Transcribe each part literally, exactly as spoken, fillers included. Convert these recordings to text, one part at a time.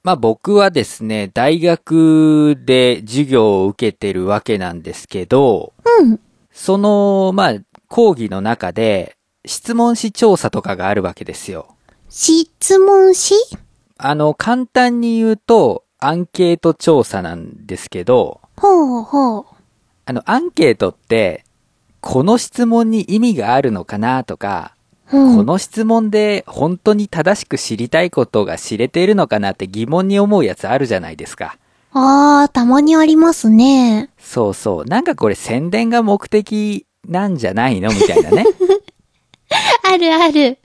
まあ僕はですね、大学で授業を受けてるわけなんですけど、 うん。 その、まあ、講義の中で、質問紙調査とかがあるわけですよ。 質問しあの、簡単に言うと、アンケート調査なんですけど、 ほうほう。 あの、アンケートって、この質問に意味があるのかなとか、 うん、 この質問で本当に正しく知りたいことが知れているのかなって疑問に思うやつあるじゃないですか。 あー、たまにありますね。 そうそう。なんかこれ宣伝が目的なんじゃないのみたいなね。 あるある。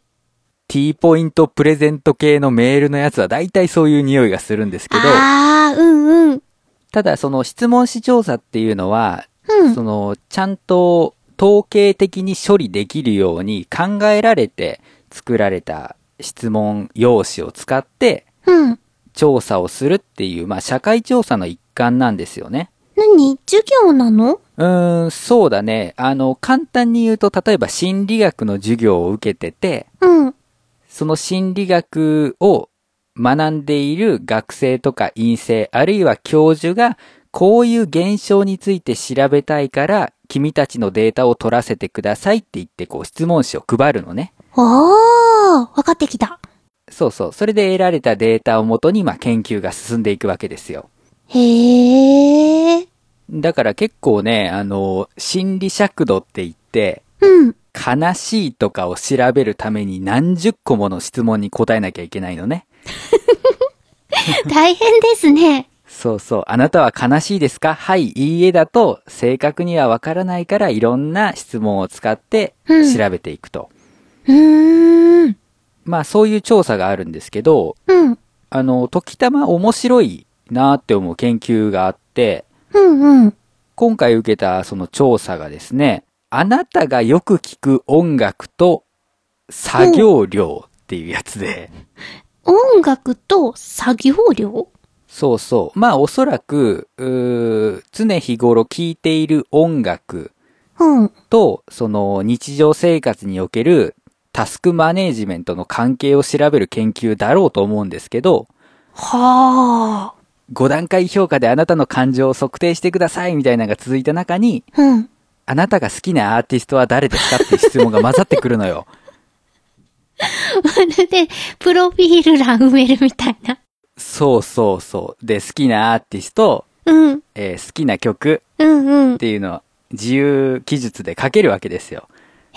T ポイントプレゼント系のメールのやつは大体そういう匂いがするんですけど、 あー、うんうん。 ただその質問紙調査っていうのは、 うん。 そのちゃんと統計的に処理できるように考えられて作られた質問用紙を使ってうん。 調査をするっていう、まあ社会調査の一環なんですよね。 何？授業なの？ うーん、そうだね。あの、簡単に言うと、例えば心理学の授業を受けてて、 うん。 その心理学を学んでいる学生とか院生、あるいは教授が、こういう現象について調べたいから、君たちのデータを取らせてくださいって言って、こう質問紙を配るのね。 おー、わかってきた。 そうそう。それで得られたデータをもとに、まあ、研究が進んでいくわけですよ。 へー。 だから結構ね、あの、心理尺度って言って、 うん。 悲しいとかを調べるために何十個もの質問に答えなきゃいけないのね。 大変ですね。 そうそう。あなたは悲しいですか？はい、いいえだと正確にはわからないからいろんな質問を使ってうん調べていくと。 うーん。 まあそういう調査があるんですけど、 うん。 あの、時たま面白いなって思う研究があって、 うんうん。 今回受けたその調査がですね、あなたがよく聞く音楽と作業量っていうやつで、 音楽と作業量？ そうそう。まあおそらく、うー常日頃聴いている音楽うん。 と、その日常生活におけるタスクマネージメントの関係を調べる研究だろうと思うんですけど、 はご段階評価であなたの感情を測定してくださいみたいなのが続いた中に、 ー。うん。 あなたが好きなアーティストは誰ですかっていう質問が混ざってくるのよ。 まるで、プロフィール欄埋めるみたいな。 そうそうそう。で、好きなアーティスト、 うん。 えー好きな曲うんうんっ。ていうのを自由記述で書けるわけですよ。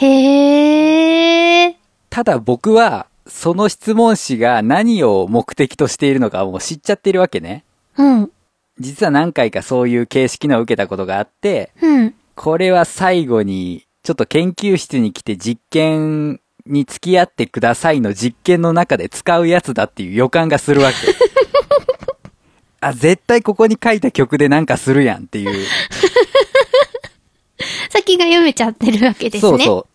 へー。 ただ僕は、その質問紙が何を目的としているのかもう知っちゃってるわけね。 うん。 実は何回かそういう形式のを受けたことがあって、 うん。 これは最後に、ちょっと研究室に来て実験に付き合ってくださいの実験の中で使うやつだっていう予感がするわけ。あ、絶対ここに書いた曲でなんかするやんっていう。 先が読めちゃってるわけですね。 そうそう。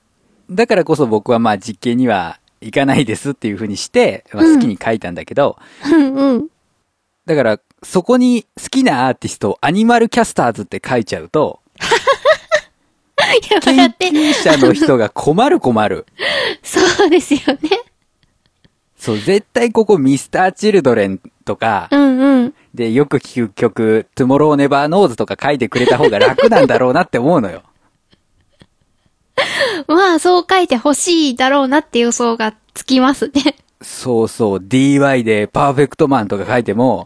だからこそ僕はまあ実験には行かないですっていう風にして、まあ、好きに書いたんだけど、 うんうん。 だからそこに好きなアーティスト、アニマルキャスターズって書いちゃうと、 いや、笑って。 研究者の人が困る困る。 そうですよね。 そう、絶対ここミスターチルドレンとか、 うんうん。 で、よく聴く曲、Tomorrow Never Knows とか書いてくれた方が楽なんだろうなって思うのよ。 まあ、そう書いてほしいだろうなって予想がつきますね。 そうそう、ディーワイ でパーフェクトマンとか書いても、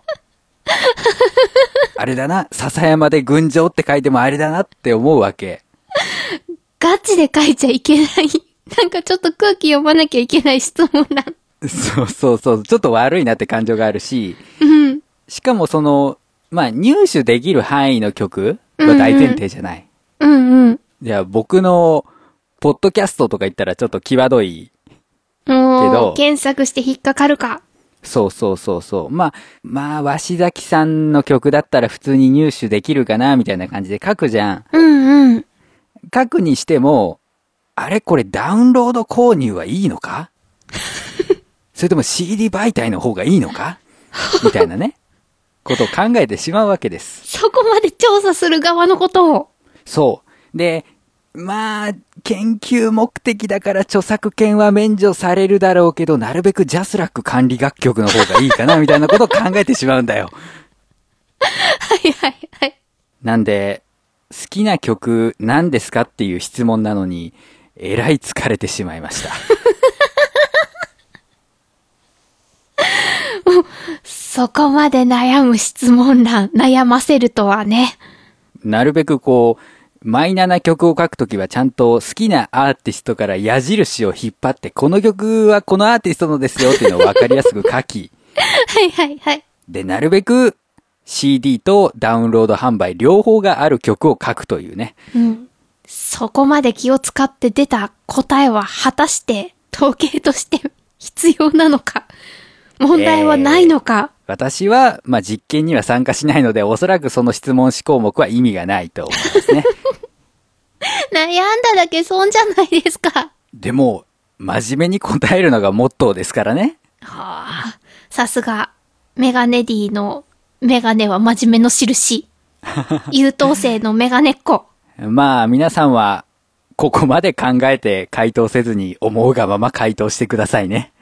あれだな、笹山で群青って書いてもあれだなって思うわけ。 ガチで書いちゃいけない。なんかちょっと空気読まなきゃいけない質問欄。 そうそうそう、ちょっと悪いなって感情があるし、 うん。 しかもその、まあ入手できる範囲の曲は大前提じゃない。 うんうん。 じゃあ僕の、ポッドキャストとか言ったらちょっと際どい。 もう、 けど検索して引っかかるか。 そうそうそうそう。まあ、まあ、鷲崎さんの曲だったら普通に入手できるかな、みたいな感じで書くじゃん。 うんうん。 書くにしても、あれこれダウンロード購入はいいのかそれとも シーディー 媒体の方がいいのかみたいなね。ことを考えてしまうわけです。 そこまで調査する側のことを。 そう。で、 まあ、研究目的だから著作権は免除されるだろうけど、なるべくジャスラック管理楽曲の方がいいかな、みたいなことを考えてしまうんだよ。 はいはいはい。 なんで、好きな曲何ですかっていう質問なのに、えらい疲れてしまいました。 そこまで悩む質問欄、悩ませるとはね。 なるべくこう、マイナーな曲を書くときはちゃんと好きなアーティストから矢印を引っ張って、この曲はこのアーティストのですよっていうのを分かりやすく書き。 はいはいはい。 で、なるべく シーディー とダウンロード販売両方がある曲を書くというね。 うん。そこまで気を使って出た答えは果たして統計として必要なのか、問題はないのか。 えー、私は、まあ、実験には参加しないので、おそらくその質問思考目は意味がないと思いますね。 悩んだだけ損じゃないですか。 でも、真面目に答えるのがモットーですからね。 はあ、さすが、メガネディのメガネは真面目の印。優等生のメガネっ子。 まあ、皆さんは、ここまで考えて回答せずに思うがまま回答してくださいね。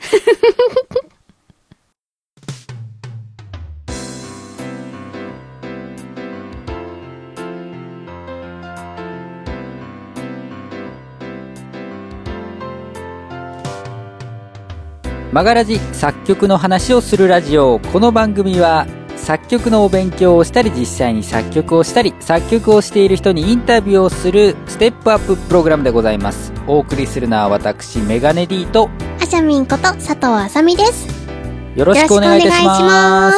マガラジ作曲の話をするラジオ。この番組は作曲のお勉強をしたり、実際に作曲をしたり、作曲をしている人にインタビューをするステップアッププログラムでございます。お送りするのは私メガネ D とあしゃみんこと佐藤あさみです。 よろしくお願いいたします。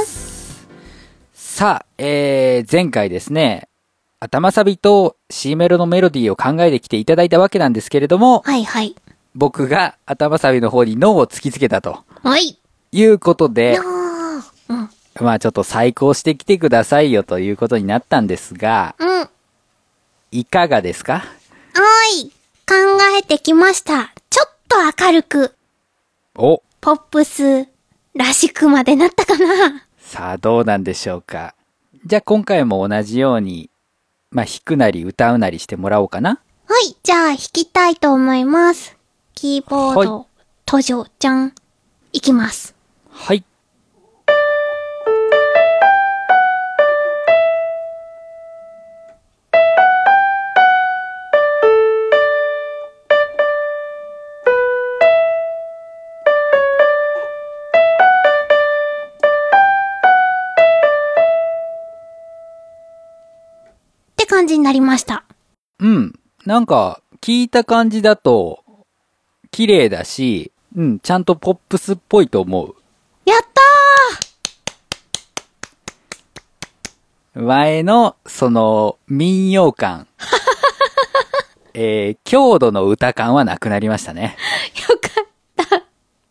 さあ、えー、前回ですね、頭サビと C メロのメロディーを考えてきていただいたわけなんですけれども、 はいはい。 僕が頭サビの方に脳を突きつけたと。 はい。 いうことで、 うん。 まあちょっと再考してきてくださいよということになったんですが、 うん。 いかがですか？ おい、考えてきました。ちょっと明るく。 お。 ポップスらしくまでなったかな？ さあどうなんでしょうか。じゃあ今回も同じように、まあ弾くなり歌うなりしてもらおうかな。 はい、じゃあ弾きたいと思います。キーボード、はい、途上ちゃん、いきます。 はい。 って感じになりました。 うん。なんか、聞いた感じだと、綺麗だし、うん、ちゃんとポップスっぽいと思う。 やったー！前の、その、民謡感。えー、郷土の歌感はなくなりましたね。 よかった。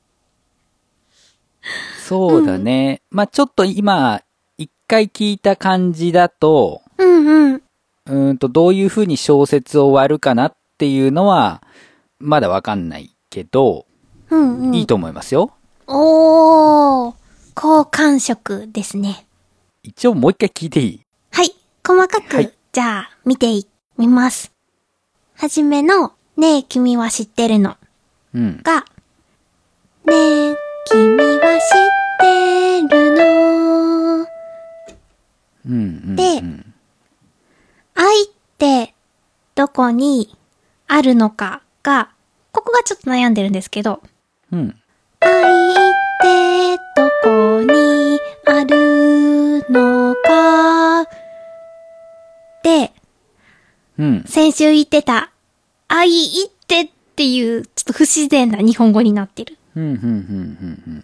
そうだね。うん、まあ、ちょっと今、一回聞いた感じだと、 うんうん。 うんと、どういう風に小説を割るかなっていうのは、まだわかんないけど、 うんうん、 いいと思いますよ。 おー、好感触ですね。 一応もう一回聞いていい？ はい、細かく、はい、じゃあ、見てみます。はじめの、ねえ君は知ってるの。 うん。 が、ねえ君は知ってるの。 うんうんうん。 で、愛ってどこにあるのかが、ここがちょっと悩んでるんですけど、 うん。 愛ってどこにあるのかで、 うん。 先週言ってた、愛ってっていうちょっと不自然な日本語になってる。 うん、うん、うん、うん。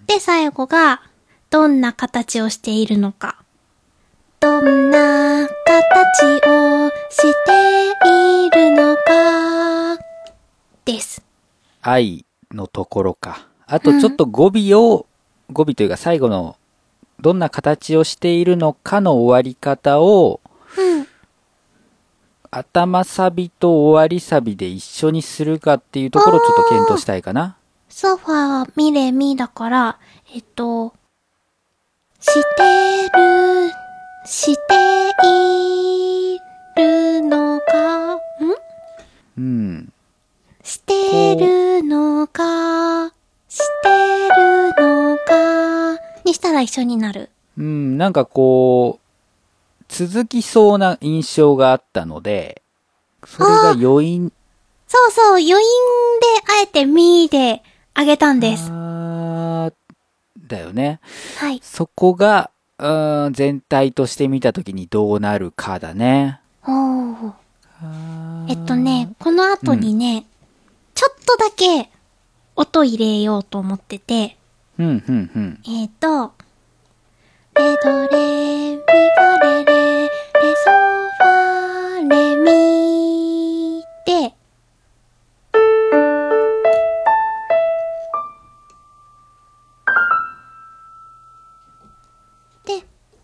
で、最後が、どんな形をしているのか。どんな形をしているのか、です。 愛のところか。あとちょっと語尾を、うん、語尾というか最後の、どんな形をしているのかの終わり方を、 うん、 頭サビと終わりサビで一緒にするかっていうところをちょっと検討したいかな。 ソファー、ミレミだから、えっと、してる、しているのか、ん？ うんうん緒になる。 うん、なんかこう、続きそうな印象があったので、それが余韻。 そうそう、余韻であえてミーであげたんです。 あーだよね。 はい。 そこが、うん、全体として見たときにどうなるかだね。 おー。えっとね、この後にね、うん、ちょっとだけ音入れようと思ってて、 うん、うん、うん。 えっと、レドレミファレレレソファレミで、で、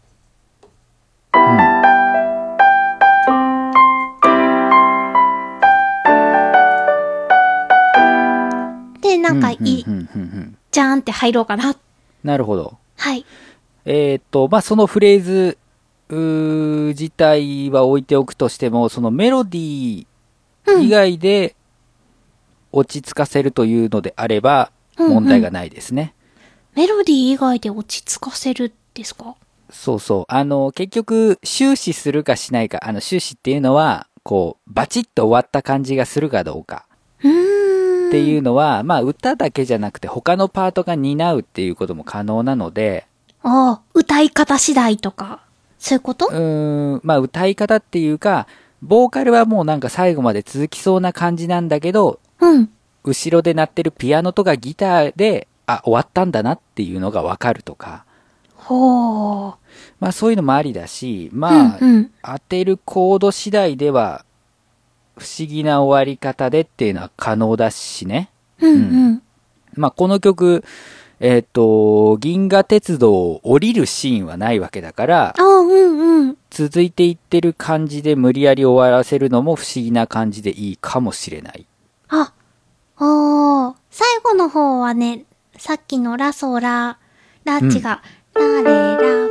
で、なんかいい、じゃーんって入ろうかな。 なるほど。 はい。 えっと、まあ、そのフレーズ、うー自体は置いておくとしても、そのメロディー以外で落ち着かせるというのであれば、問題がないですね、 うんうん。メロディー以外で落ち着かせるですか？ そうそう。あの、結局、終始するかしないか、あの、終始っていうのは、こう、バチッと終わった感じがするかどうか。 うーん。 っていうのは、まあ、歌だけじゃなくて、他のパートが担うっていうことも可能なので、 ああ、歌い方次第とか、そういうこと？ うーん、まあ、歌い方っていうか、ボーカルはもうなんか最後まで続きそうな感じなんだけど、 うん。 後ろで鳴ってるピアノとかギターで、あ、終わったんだなっていうのがわかるとか。 ほー。 まあそういうのもありだし、まあ、 うんうん、 当てるコード次第では、不思議な終わり方でっていうのは可能だしね。 うんうん。うん、 まあこの曲、えっ、ー、と、銀河鉄道を降りるシーンはないわけだから、 あ、うんうん。 続いていってる感じで無理やり終わらせるのも不思議な感じでいいかもしれない。 あ、おー。最後の方はね、さっきのラソラ、ラチが、うん、ラレラ。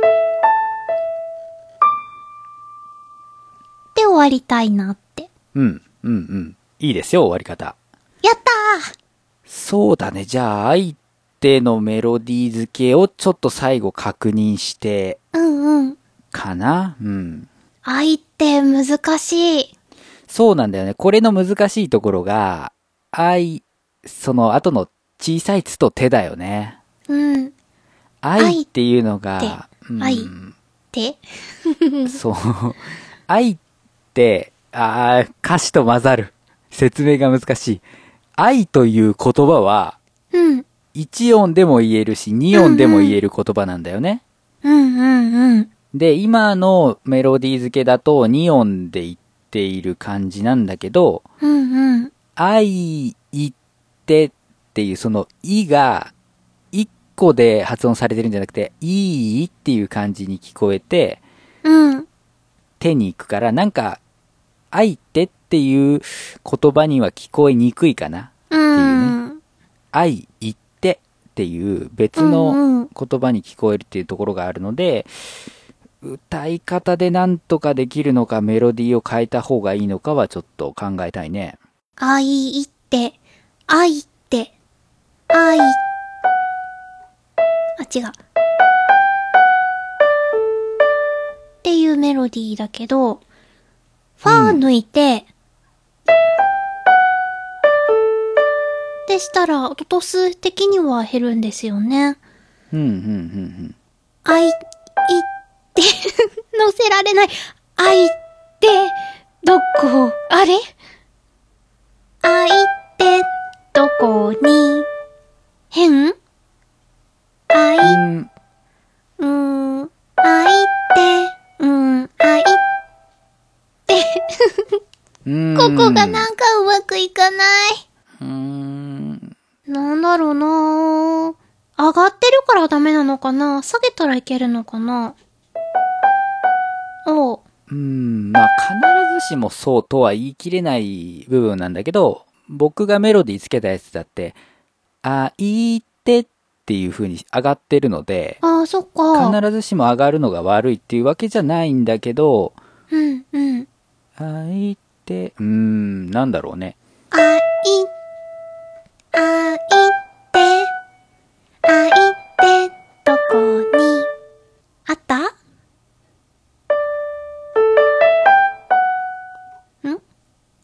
で終わりたいなって。 うん、うん、うん。いいですよ、終わり方。 やったー！ そうだね。じゃあ、相手のメロディー付けをちょっと最後確認して。 うんうん。 かな？うん。 相手難しい。 そうなんだよね。これの難しいところが、愛、その後の小さいつと手だよね。 うん。 愛っていうのが、 愛って、 そう。愛って、ああ、歌詞と混ざる。説明が難しい。愛という言葉は、 うん。 いち音でも言えるし、に音でも言える言葉なんだよね。 うんうんうん。 で、今のメロディー付けだとに音で言っている感じなんだけど、 うんうん。 愛言ってっていうそのいがいっこで発音されてるんじゃなくて、いいっていう感じに聞こえて、 うん。 手に行くから、なんか、愛ってっていう言葉には聞こえにくいかなっていうね。愛言ってっていう別の言葉に聞こえるっていうところがあるので、歌い方でなんとかできるのかメロディーを変えた方がいいのかはちょっと考えたいね。 愛って、愛って、愛、あ、違う。っていうメロディーだけど、ファー抜いて、うん、でしたら、音数的には減るんですよね。 うん、うん、うん、うん。 愛、いって、乗せられない。愛って、どこ、あれ愛ってどこに変愛、うん、うーん、愛って、うん、愛って、ここがなんかうまくいかない。 うーん。 なんだろうなぁ。上がってるからダメなのかな？下げたらいけるのかな？おう。 うーん、まあ必ずしもそうとは言い切れない部分なんだけど、僕がメロディーつけたやつだって、あいてっていう風に上がってるので、 ああ、そっか。 必ずしも上がるのが悪いっていうわけじゃないんだけど、 うんうん。 あいて、うーん、なんだろうね。 あい、あいて、あいて、どこに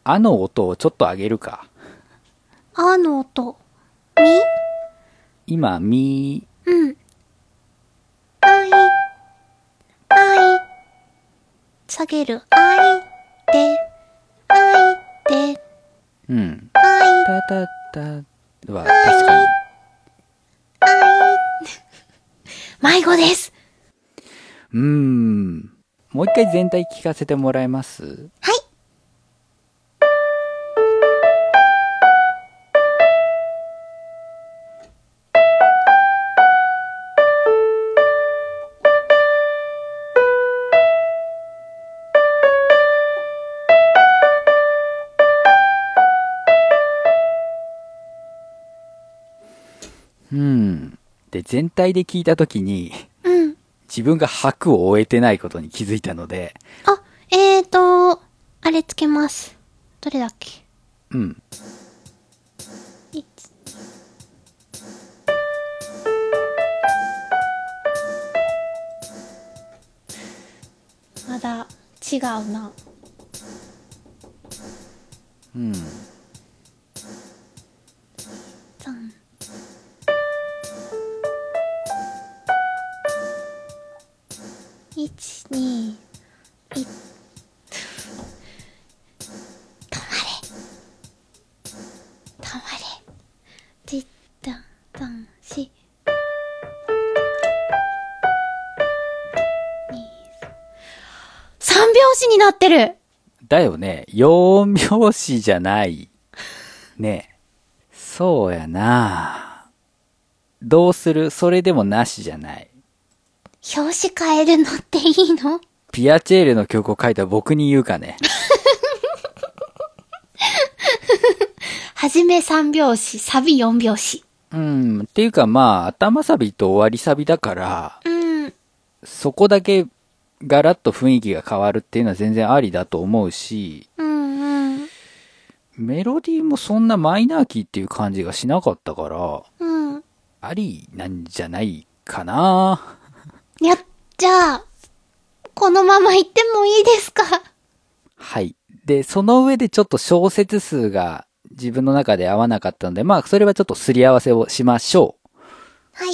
あの音をちょっと上げるか。 あの音。み今、み、 うん。あい。あい。下げる。あい。で。あい。で。 うん。 あい。 たたたは確かに。 あい。迷子です。 うーん。もう一回全体聞かせてもらえます？ はい。 うん。で、全体で聞いたときに、 うん。 自分が拍を終えてないことに気づいたので、 あ、えーと、あれつけます。どれだっけ？ うん。 いちまだ違うな。 うん。 三いち、に、い、止まれ。止まれ。じったん、たん、し。三拍子になってる。 だよね。四拍子じゃない。ね。そうやな。どうする？それでもなしじゃない。 表紙変えるのっていいの？ ピアチェールの曲を書いた僕に言うかね。 はじめ三拍子、サビ四拍子。 うん。っていうかまあ、頭サビと終わりサビだから、 うん。 そこだけガラッと雰囲気が変わるっていうのは全然ありだと思うし、 うんうん。 メロディーもそんなマイナーキーっていう感じがしなかったから、 うん。 ありなんじゃないかな。 いや、じゃあ、このまま行ってもいいですか？ はい。で、その上でちょっと小節数が自分の中で合わなかったので、まあ、それはちょっとすり合わせをしましょう。 はい。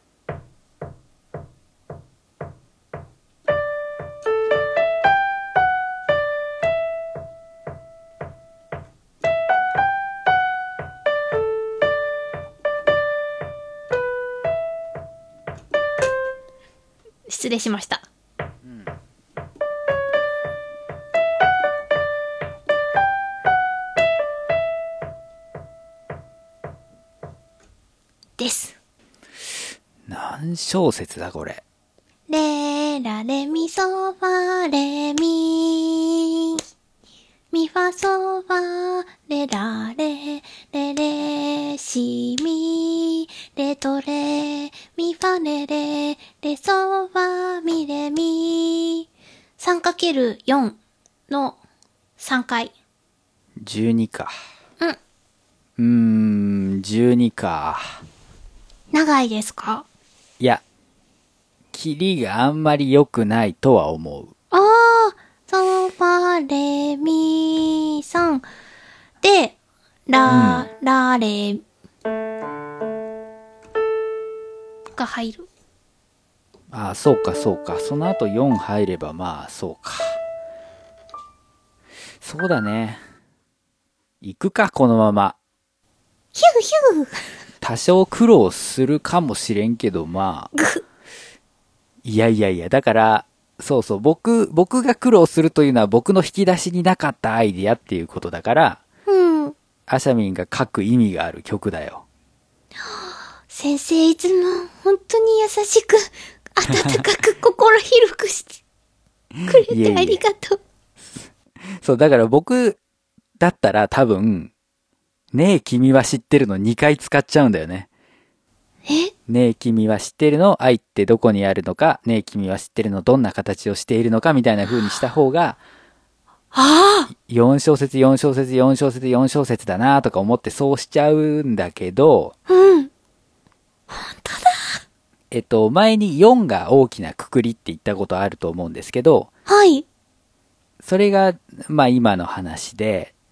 失礼しました。うん、です。 何小節だこれ。 レラレミソファレミミファソファレラレレレシミレトレミファレレレソファミレミ さんかけるよん のさんかい。 じゅうにか。 うん。 うーん、じゅうにか。 長いですか？ いや、キリがあんまり良くないとは思う。 あー、ソファレミさんで、ラ、うん、ラレが入る。 ああ、そうかそうか。その後よん入ればまあそうか。そうだね。行くか、このまま。 ヒューヒュー。 多少苦労するかもしれんけど、まあ。いやいやいや、だから、そうそう、僕、僕が苦労するというのは僕の引き出しになかったアイディアっていうことだから、 うん。 アシャミンが書く意味がある曲だよ。 先生いつも本当に優しく、温かく心広くしてくれてありがとう。 いえいえそう、だから僕だったら多分、ねえ君は知ってるのにかい使っちゃうんだよね。 え？ ねえ君は知ってるの愛ってどこにあるのか、ねえ君は知ってるのどんな形をしているのかみたいな風にした方が、 ああよん小節よん小節よん小節よん小節だなとか思ってそうしちゃうんだけど、 うん。本当だ。 えっと、前によんが大きなくくりって言ったことあると思うんですけど、 はい。 それが、まあ今の話で、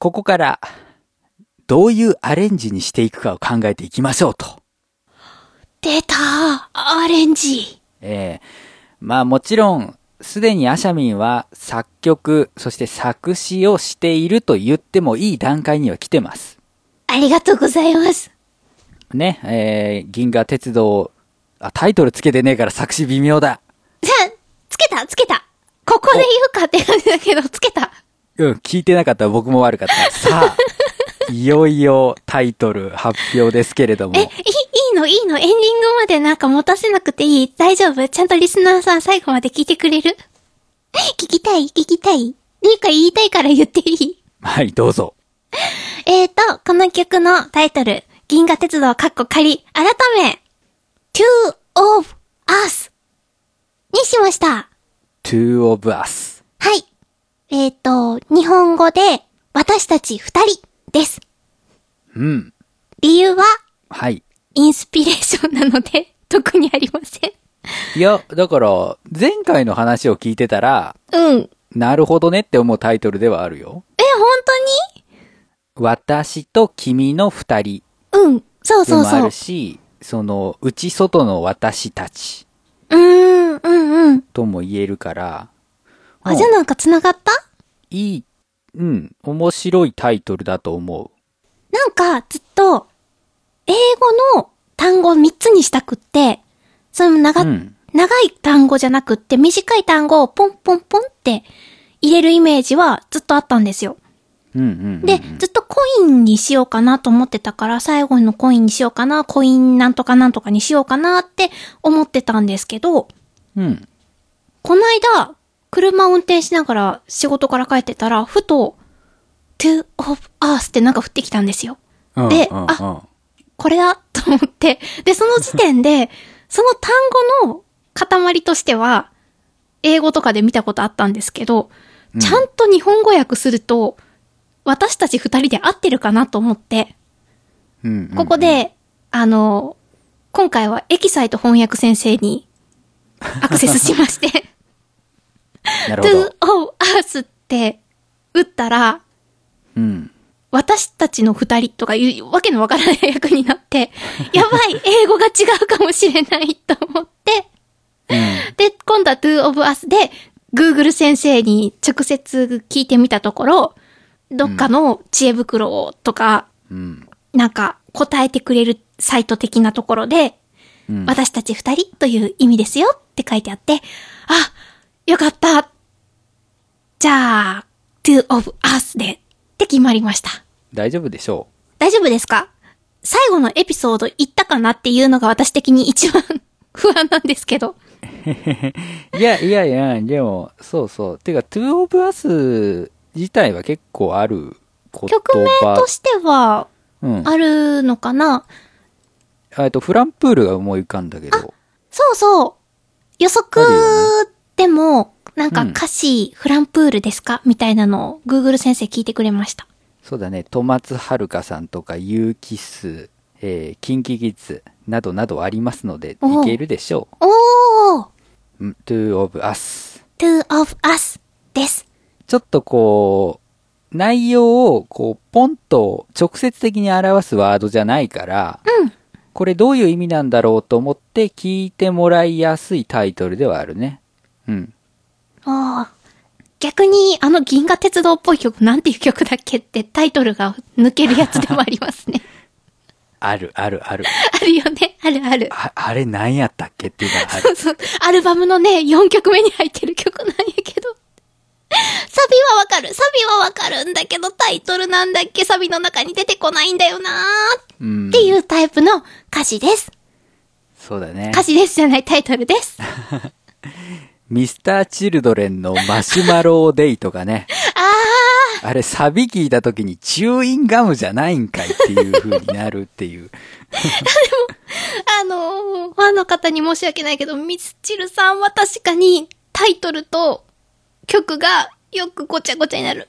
ここから、どういうアレンジにしていくかを考えていきましょうと。 出たアレンジ。 ええまあもちろん、すでにアシャミンは作曲、そして作詞をしていると言ってもいい段階には来てます。 ありがとうございます。 ね、えー、銀河鉄道、あ、タイトルつけてねえから作詞微妙だ。 じゃあ、つけたつけたここで言うかって感じだけど、つけた。 うん、聞いてなかったら僕も悪かった。さあ、いよいよタイトル発表ですけれども。 え、いい、いいのいいのエンディングまでなんか持たせなくていい大丈夫ちゃんとリスナーさん最後まで聞いてくれる聞きたい聞きたい何か言いたいから言っていいはい、どうぞ。 えーと、この曲のタイトル、銀河鉄道かっこ仮、改め、Two of Us にしました。 Two of Us。 はい。えーと、日本語で、私たち二人です。 うん。 理由は、 はい。 インスピレーションなので、特にありません。 いや、だから、前回の話を聞いてたら、 うん。 なるほどねって思うタイトルではあるよ。 え、本当に？ 私と君の二人。 うん。そうそうそう。 でもあるし、その、内外の私たち。 うーん、うんうん。 とも言えるから。 あ、じゃあなんか繋がった？ いい、うん、面白いタイトルだと思う。 なんか、ずっと、英語の単語みっつにしたくって、その長、うん、長い単語じゃなくって短い単語をポンポンポンって入れるイメージはずっとあったんですよ。 うんうんうんうん、 で、ずっとコインにしようかなと思ってたから、最後のコインにしようかな、コインなんとかなんとかにしようかなって思ってたんですけど、 うん、 この間、車を運転しながら仕事から帰ってたら、ふと、Two of Us ってなんか降ってきたんですよ。 うん、 で、 うん、 あ、これだと思って、で、その時点で、その単語の塊としては、英語とかで見たことあったんですけど、うん、ちゃんと日本語訳すると、私たち二人で合ってるかなと思って、 うんうんうん、 ここで、あの、今回はエキサイト翻訳先生にアクセスしまして、 なるほど。 Two of Us って打ったら、 うん、 私たちの二人とかいうわけのわからない役になって、やばい、英語が違うかもしれないと思って、 うん、 で、今度は Two of Us で、Google 先生に直接聞いてみたところ、どっかの知恵袋とか、 うん、 なんか答えてくれるサイト的なところで、うん、私たち二人という意味ですよって書いてあって、あ、よかった。じゃあ、Two of Us でって決まりました。 大丈夫でしょう。 大丈夫ですか？最後のエピソード言ったかなっていうのが私的に一番不安なんですけど。 いやいやいや、でも、そうそう。てか、Two of Us 自体は結構ある言葉。 曲名としては、あるのかな、 うん、えっと、フランプールが思い浮かんだけど。 そうそう。予測でも、なんか歌詞、うん、フランプールですかみたいなのを Google 先生聞いてくれました。 そうだね。戸松遥さんとかユーキス、えー、キンキキッズなどなどありますので、いけるでしょう。おー。 うん、Two of Us。 Two of Us です。 ちょっとこう、内容をこう、ポンと直接的に表すワードじゃないから、 うん。 これどういう意味なんだろうと思って聞いてもらいやすいタイトルではあるね。うん。 ああ。逆にあの銀河鉄道っぽい曲なんていう曲だっけってタイトルが抜けるやつでもありますね。 あるあるある。 あるよね。あるある。 あ, あれ何やったっけっていうのがある。 そうそう。アルバムのね、よんきょくめに入ってる曲なんやけど。サビはわかる。サビはわかるんだけど、タイトルなんだっけサビの中に出てこないんだよなーっていうタイプの歌詞です。 そうだね。 歌詞ですじゃないタイトルです。 ミスターチルドレンのマシュマローデイとかね。 ああ。あれサビ聞いた時にチューインガムじゃないんかいっていう風になるっていう。でも、 あのー、ファンの方に申し訳ないけど、ミスチルさんは確かにタイトルと曲がよくごちゃごちゃになる。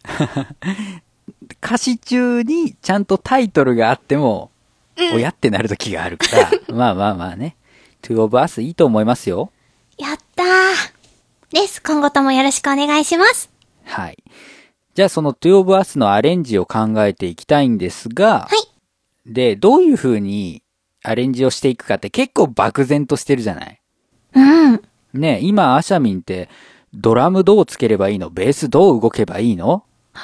歌詞中にちゃんとタイトルがあっても、うん、おやってなる時があるから、まあまあまあね。Two of Us いいと思いますよ。 やったー。です。今後ともよろしくお願いします。 はい。 じゃあそのトゥーオブアスのアレンジを考えていきたいんですが、 はい。 で、どういう風にアレンジをしていくかって結構漠然としてるじゃない。 うん。 ね、今アシャミンってドラムどうつければいいの？ベースどう動けばいいの？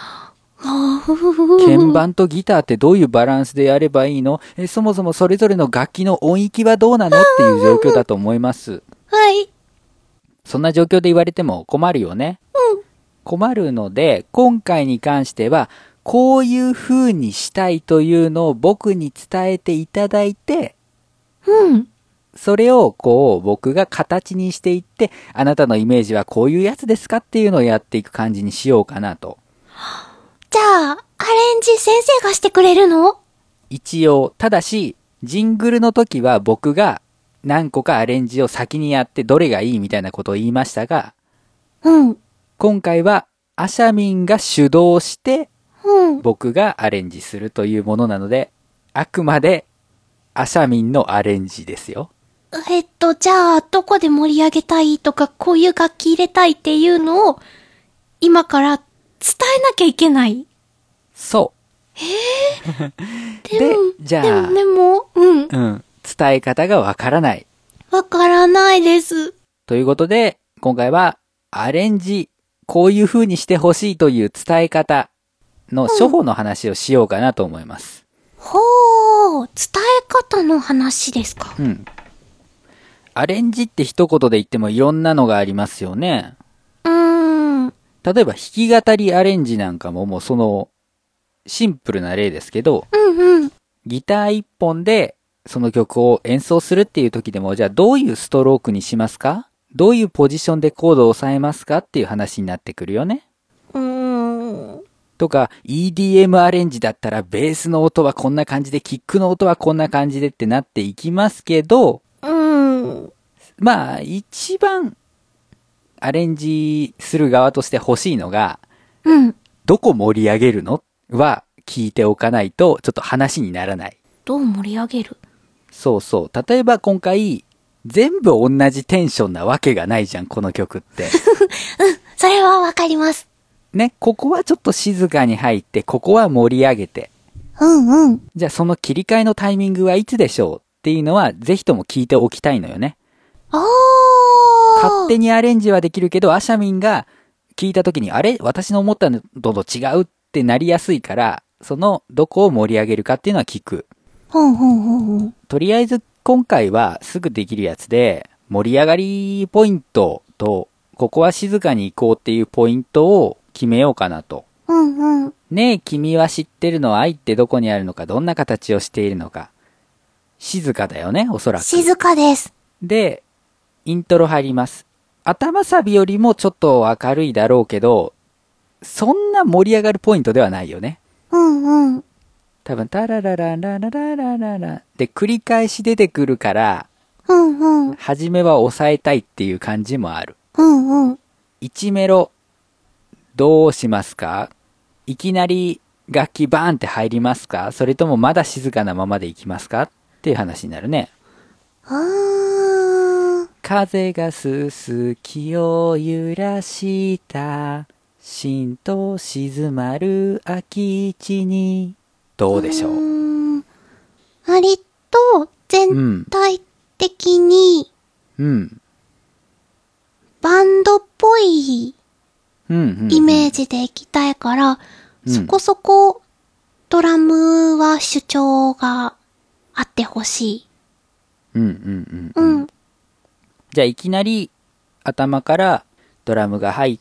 鍵盤とギターってどういうバランスでやればいいの？え、そもそもそれぞれの楽器の音域はどうなのっていう状況だと思います。 はい。 そんな状況で言われても困るよね。 うん。 困るので、今回に関しては、こういう風にしたいというのを僕に伝えていただいて、 うん。 それをこう僕が形にしていって、あなたのイメージはこういうやつですかっていうのをやっていく感じにしようかなと。 じゃあ、アレンジ先生がしてくれるの？ 一応、ただし、ジングルの時は僕が何個かアレンジを先にやってどれがいいみたいなことを言いましたが、 うん。 今回はアシャミンが主導してうん。 僕がアレンジするというものなので、あくまでアシャミンのアレンジですよ。 えっと、じゃあ、どこで盛り上げたいとか、こういう楽器入れたいっていうのを、今から伝えなきゃいけない。 そう。 でも、 で、じゃあ、 でも、でも、うん。 うん、伝え方がわからない。 わからないです。 ということで、今回はアレンジ、こういう風にしてほしいという伝え方の初歩の話をしようかなと思います。 ほー、伝え方の話ですか。 うん。アレンジって一言で言ってもいろんなのがありますよね。 うーん。 例えば弾き語りアレンジなんかももうそのシンプルな例ですけど、 うんうん。 ギター一本でその曲を演奏するっていう時でも、じゃあどういうストロークにしますか？どういうポジションでコードを押さえますかっていう話になってくるよね。 うーん。 とか、イーディーエム アレンジだったらベースの音はこんな感じで、キックの音はこんな感じでってなっていきますけど、 うーん。 まあ、一番アレンジする側として欲しいのが、 うん。 どこ盛り上げるのは聞いておかないと、ちょっと話にならない。 どう盛り上げる？ そうそう。例えば今回、全部同じテンションなわけがないじゃん、この曲って。 それはわかります。 ね、ここはちょっと静かに入って、ここは盛り上げて。 うんうん。 じゃあその切り替えのタイミングはいつでしょうっていうのは、ぜひとも聞いておきたいのよね。 あー。 勝手にアレンジはできるけど、アシャミンが聞いた時に、あれ私の思ったのと違うってなりやすいから、そのどこを盛り上げるかっていうのは聞く。 ほんほんほんほん。 とりあえず今回はすぐできるやつで、盛り上がりポイントと、ここは静かに行こうっていうポイントを決めようかなと。 うんうん。 ねえ、君は知ってるの？愛ってどこにあるのか？どんな形をしているのか？静かだよね、おそらく。 静かです。 で、イントロ入ります。頭サビよりもちょっと明るいだろうけど、そんな盛り上がるポイントではないよね。 うんうん。 多分、タラララララララララで繰り返し出てくるから、 うんうん。 初めは抑えたいっていう感じもある。 うんうん。 いちメロ、どうしますか？いきなり楽器バーンって入りますか？それともまだ静かなままでいきますかっていう話になるね。 あー。 風がすすきを揺らしたしんと静まる空き地に、どうでしょう？ うーん。割と全体的にうん。 バンドっぽいうんうんうん。 イメージでいきたいから、 うんそこそこドラムは主張があってほしい。 うんうんう。 うんん。 じゃあいきなり頭からドラムが入って、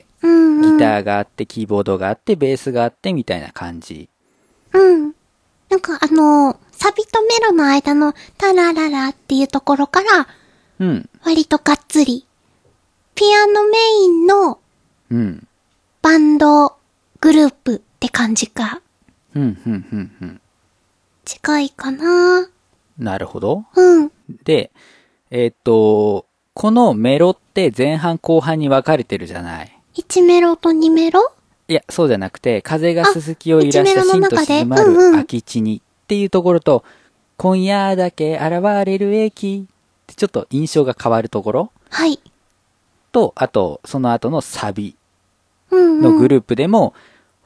うん、うん。 ギターがあって、キーボードがあって、ベースがあってみたいな感じ。 うん。なんかあの、サビとメロの間のタラララっていうところから、 うん。 割とがっつり、ピアノメインのうん。 バンドグループって感じか。 うん、うん、うん、うん。 近いかな。 なるほど。 うん。 で、えーっと、このメロって前半後半に分かれてるじゃない。 いちメロとにメロ？ いや、そうじゃなくて、風がすすきを揺らしたあいちメロしんとの中で静まうんうんる空き地にっていうところと、今夜だけ現れる駅ってちょっと印象が変わるところはい。 と、あと、その後のサビうん、うん。 のグループでも、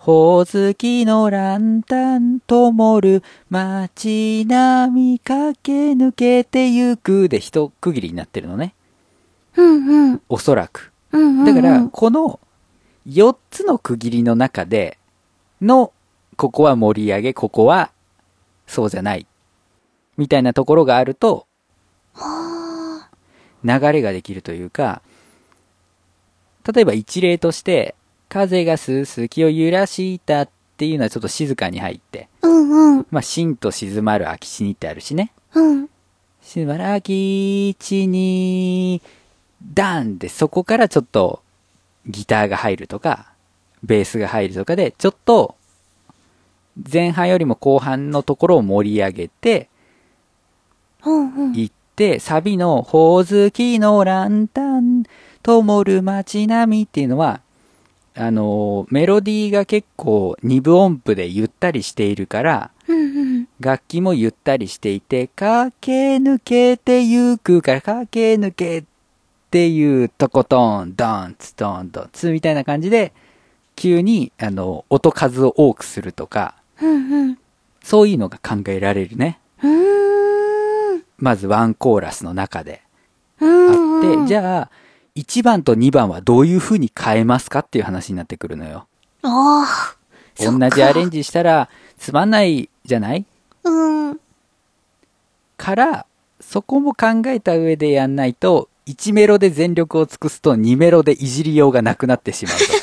ほおずきのランタン灯る街並み駆け抜けてゆくで一区切りになってるのね。 うんうん。 おそらく。 うんうんうん。 だから、このよっつの区切りの中での、ここは盛り上げ、ここはそうじゃない。みたいなところがあると、 はあ。 流れができるというか、例えば一例として、風がすすきを揺らしたっていうのはちょっと静かに入って、 うんうん。 まあ、しんと静まる空き地にってあるしね。 うん。 静まる空き地に、ダンでそこからちょっとギターが入るとか、ベースが入るとかで、ちょっと前半よりも後半のところを盛り上げてうんうん。 いって、サビのほおずきのランタン、灯る街並みっていうのは、あの、メロディーが結構二部音符でゆったりしているから、 うんうん。 楽器もゆったりしていて、駆け抜けてゆくから、駆け抜けっていうとことん、ドン、ツトン、ドン、ツみたいな感じで、急に、あの、音数を多くするとか、 うんうん。 そういうのが考えられるね。 うーん。 まずワンコーラスの中でうあんうん。 って、じゃあ、いちばんとにばんはどういう風に変えますかっていう話になってくるのよ。 ああ。 同じアレンジしたらつまんないじゃないうん。 から、そこも考えた上でやんないと、いちメロで全力を尽くすとにメロでいじりようがなくなってしまうとか。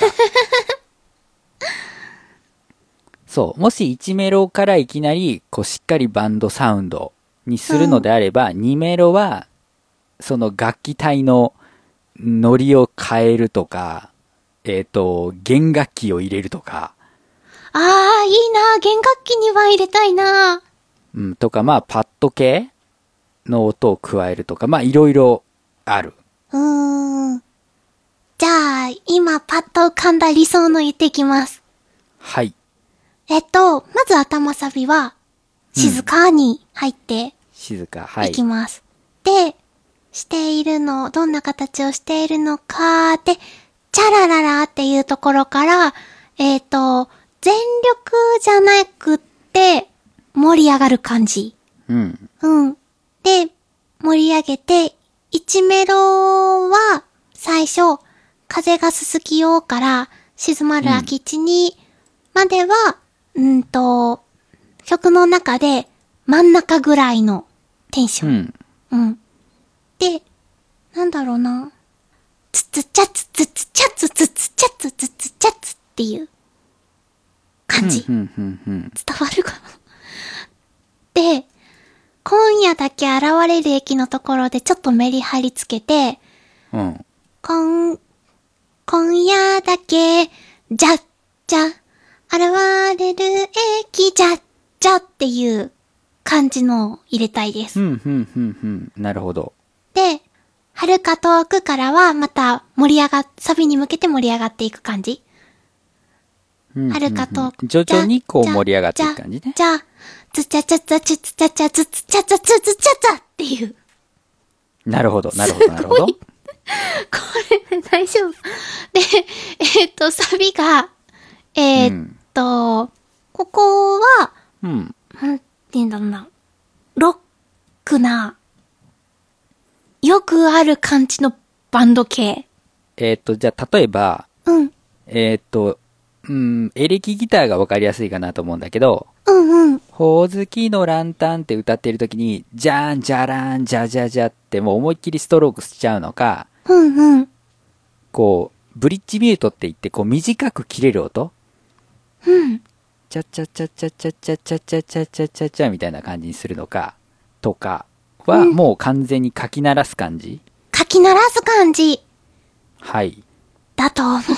そう。もしいちメロからいきなり、こうしっかりバンドサウンドにするのであれば、にメロは、その楽器体のノリを変えるとか、えっと、弦楽器を入れるとか、 ああ、いいな。弦楽器には入れたいな。 うん、とか、まあ、パッド系の音を加えるとか、まあ、いろいろある。 うーん。じゃあ、今パッと浮かんだ理想の言っていきます。 はい。 えっと、まず頭サビは、静かに入って静か、はいい。 きます。で、しているの、どんな形をしているのかで、チャラララっていうところから、えっと、全力じゃなくって、盛り上がる感じ。 うん。 うん。で、盛り上げて、いちメロは、最初、風がすすきようから、静まる空き地に、までは、うんと、曲の中で、真ん中ぐらいのテンション。 うん。 うん。で、なんだろうな。つつちゃつつつちゃつつつちゃつつつちゃつっていう感じ。 うん、うん、うん、うん。 伝わるかなで、今夜だけ現れる駅のところでちょっとメリハリつけて、 うん。 こん、今夜だけ、じゃっじゃ、現れる駅じゃっじゃっていう感じのを入れたいです。 うん、うん、うん、うん。なるほど。 で、遥か遠くからはまた盛り上がっ、サビに向けて盛り上がっていく感じ。 うんうんうん遥か遠く。 徐々にこう盛り上がっていく感じね。 じゃあ、つちゃちゃつちつちゃちゃつつちゃちゃつつちゃちゃっていう。 なるほど、なるほど、なるほど。 これ、大丈夫。で、えっと、サビが、えーっと、ここは、 うん。 なんて言うんだろうな。ロックな、よくある感じのバンド系。 えっと、じゃあ、例えば、 うん。 えっと、うん、エレキギターがわかりやすいかなと思うんだけど、 うんうん。 ほおずきのランタンって歌ってる時に、じゃん、じゃらん、じゃじゃじゃってもう思いっきりストロークしちゃうのか、 うんうん。 こう、ブリッジミュートって言って、こう短く切れる音うん。 チャチャチャチャチャチャチャチャチャチャチャチャみたいな感じにするのか、とかは、もう完全に書き鳴らす感じ、 書き鳴らす感じ、 はい。 だと思う。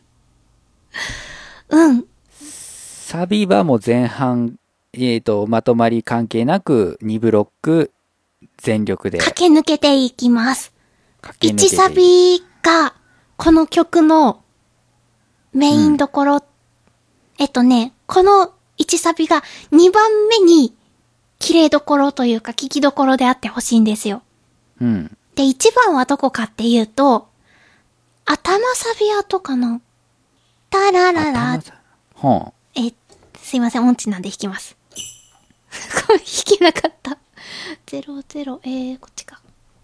うん。 サビはもう前半、えっと、まとまり関係なく、にブロック、全力で駆け抜けていきます。 駆け抜けていく。 いちサビが、この曲のメインどころ、えっとね、このいちサビがにばんめに綺麗どころというか聴きどころであってほしいんですよ。 うん。 で、いちばんはどこかっていうと、頭サビ跡かなタラララ頭、 はあ。 え、すいません、音痴なんで弾きます。これ弾けなかった。ゼロゼロ、えー、こっちか。